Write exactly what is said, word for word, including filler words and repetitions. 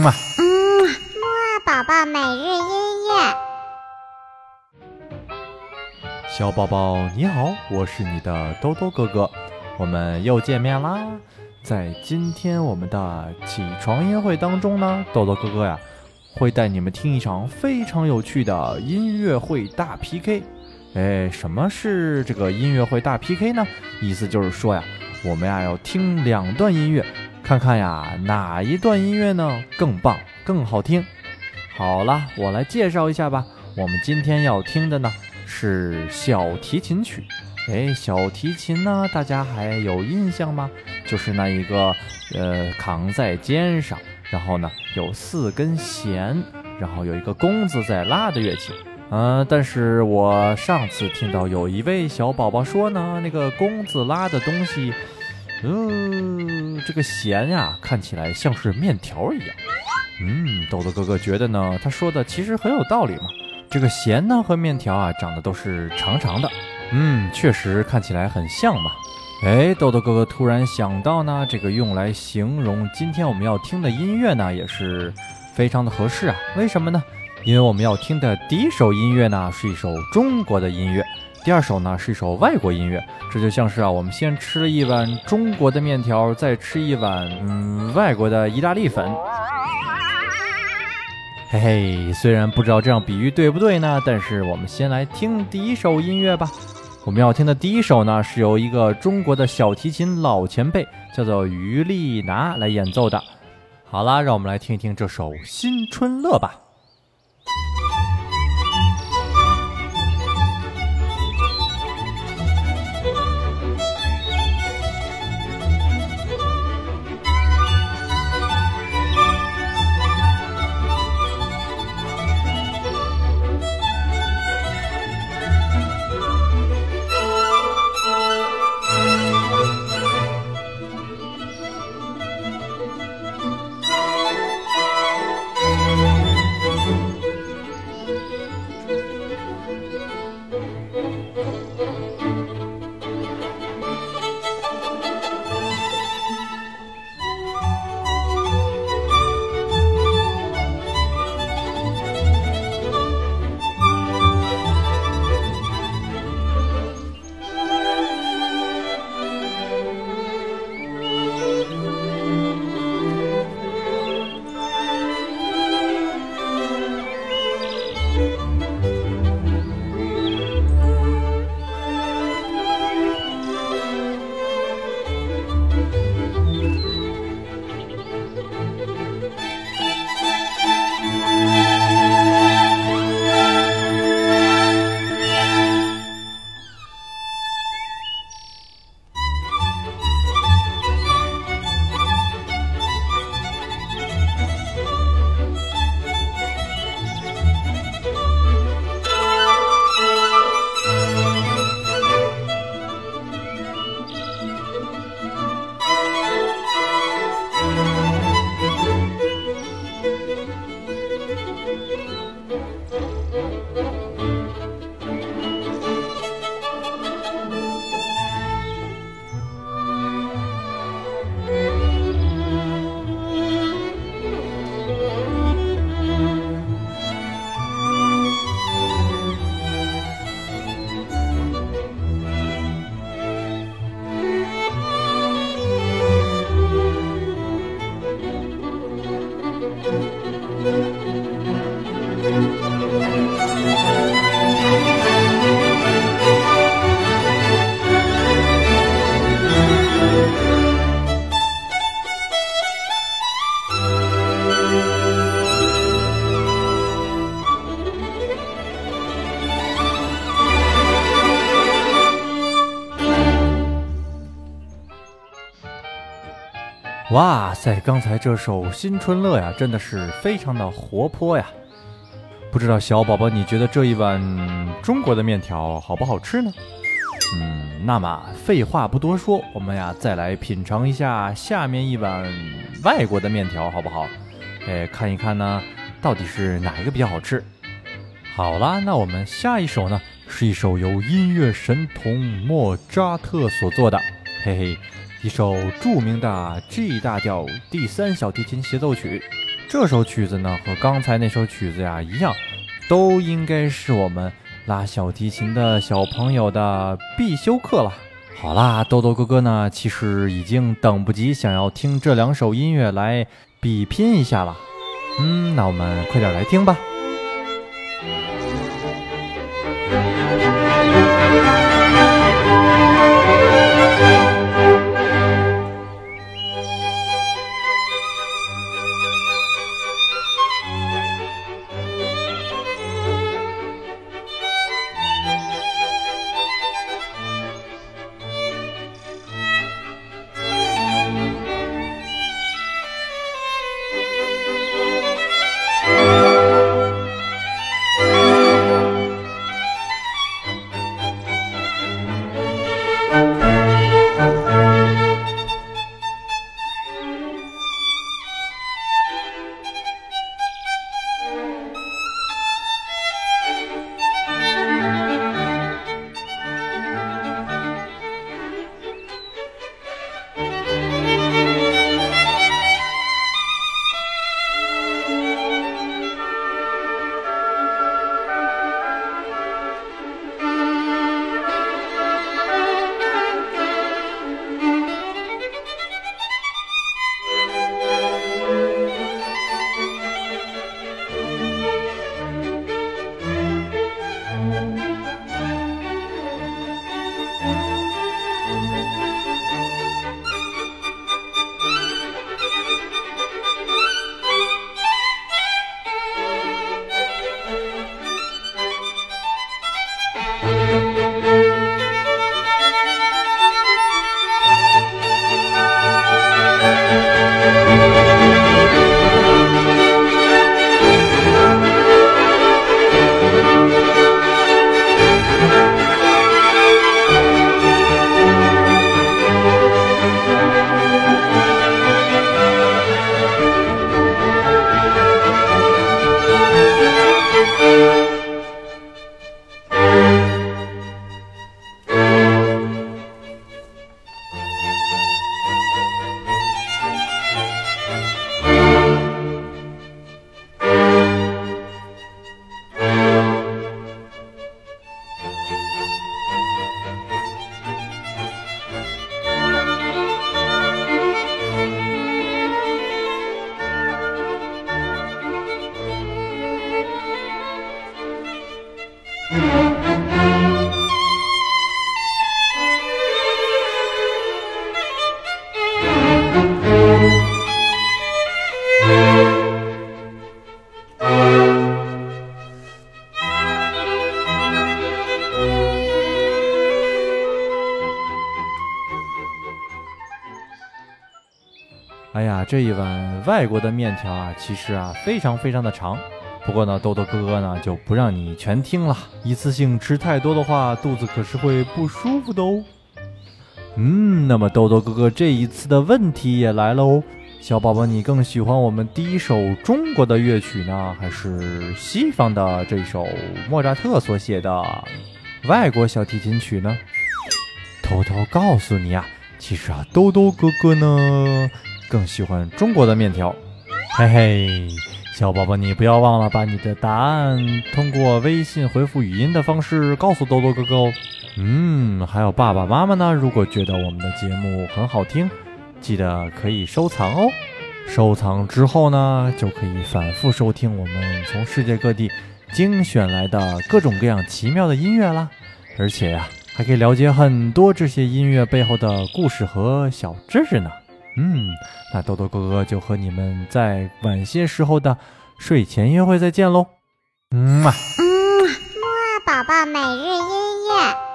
嘛。 嗯，木二宝宝每日音乐。 小宝宝你好，我是你的兜兜哥哥，我们又见面啦。在今天我们的起床音乐会当中呢，兜兜哥哥呀会带你们听一场非常有趣的音乐会大 P K。 哎，什么是这个音乐会大 P K 呢？意思就是说呀，我们呀要听两段音乐，看看呀哪一段音乐呢更棒更好听。好了，我来介绍一下吧。我们今天要听的呢是小提琴曲。哎，小提琴呢大家还有印象吗？就是那一个呃扛在肩上，然后呢有四根弦，然后有一个弓子在拉的乐器。嗯、呃，但是我上次听到有一位小宝宝说呢，那个弓子拉的东西呃这个弦呀看起来像是面条一样。嗯，豆豆哥哥觉得呢，他说的其实很有道理嘛。这个弦呢和面条啊长得都是长长的，嗯，确实看起来很像嘛。哎，豆豆哥哥突然想到呢，这个用来形容今天我们要听的音乐呢也是非常的合适啊。为什么呢？因为我们要听的第一首音乐呢是一首中国的音乐，第二首呢是一首外国音乐。这就像是啊，我们先吃了一碗中国的面条，再吃一碗嗯外国的意大利粉。嘿嘿，虽然不知道这样比喻对不对呢，但是我们先来听第一首音乐吧。我们要听的第一首呢是由一个中国的小提琴老前辈叫做于丽娜来演奏的。好啦，让我们来听一听这首《新春乐》吧。哇塞，刚才这首《新春乐》呀，真的是非常的活泼呀。不知道小宝宝你觉得这一碗中国的面条好不好吃呢？嗯，那么废话不多说，我们呀再来品尝一下下面一碗外国的面条好不好？哎，看一看呢到底是哪一个比较好吃。好啦，那我们下一首呢是一首由音乐神童莫扎特所作的，嘿嘿，一首著名的 G 大调第三小提琴协奏曲。 这首曲子呢和刚才那首曲子呀一样，都应该是我们拉小提琴的小朋友的必修课了。好啦，豆豆哥哥呢其实已经等不及想要听这两首音乐来比拼一下了。嗯，那我们快点来听吧。哎呀，这一碗外国的面条啊，其实啊非常非常的长。不过呢，豆豆哥哥呢就不让你全听了，一次性吃太多的话，肚子可是会不舒服的哦。嗯，那么豆豆哥哥这一次的问题也来了哦，小宝宝，你更喜欢我们第一首中国的乐曲呢，还是西方的这首莫扎特所写的外国小提琴曲呢？偷偷告诉你啊，其实啊，豆豆哥哥呢更喜欢中国的面条。嘿嘿，小宝宝，你不要忘了把你的答案通过微信回复语音的方式告诉豆豆哥哥哦。嗯，还有爸爸妈妈呢，如果觉得我们的节目很好听，记得可以收藏哦。收藏之后呢，就可以反复收听我们从世界各地精选来的各种各样奇妙的音乐啦。而且呀、啊，还可以了解很多这些音乐背后的故事和小知识呢。嗯，那豆豆哥哥就和你们在晚些时候的睡前约会再见喽。嗯嘛， 嗯，木二宝宝每日音乐。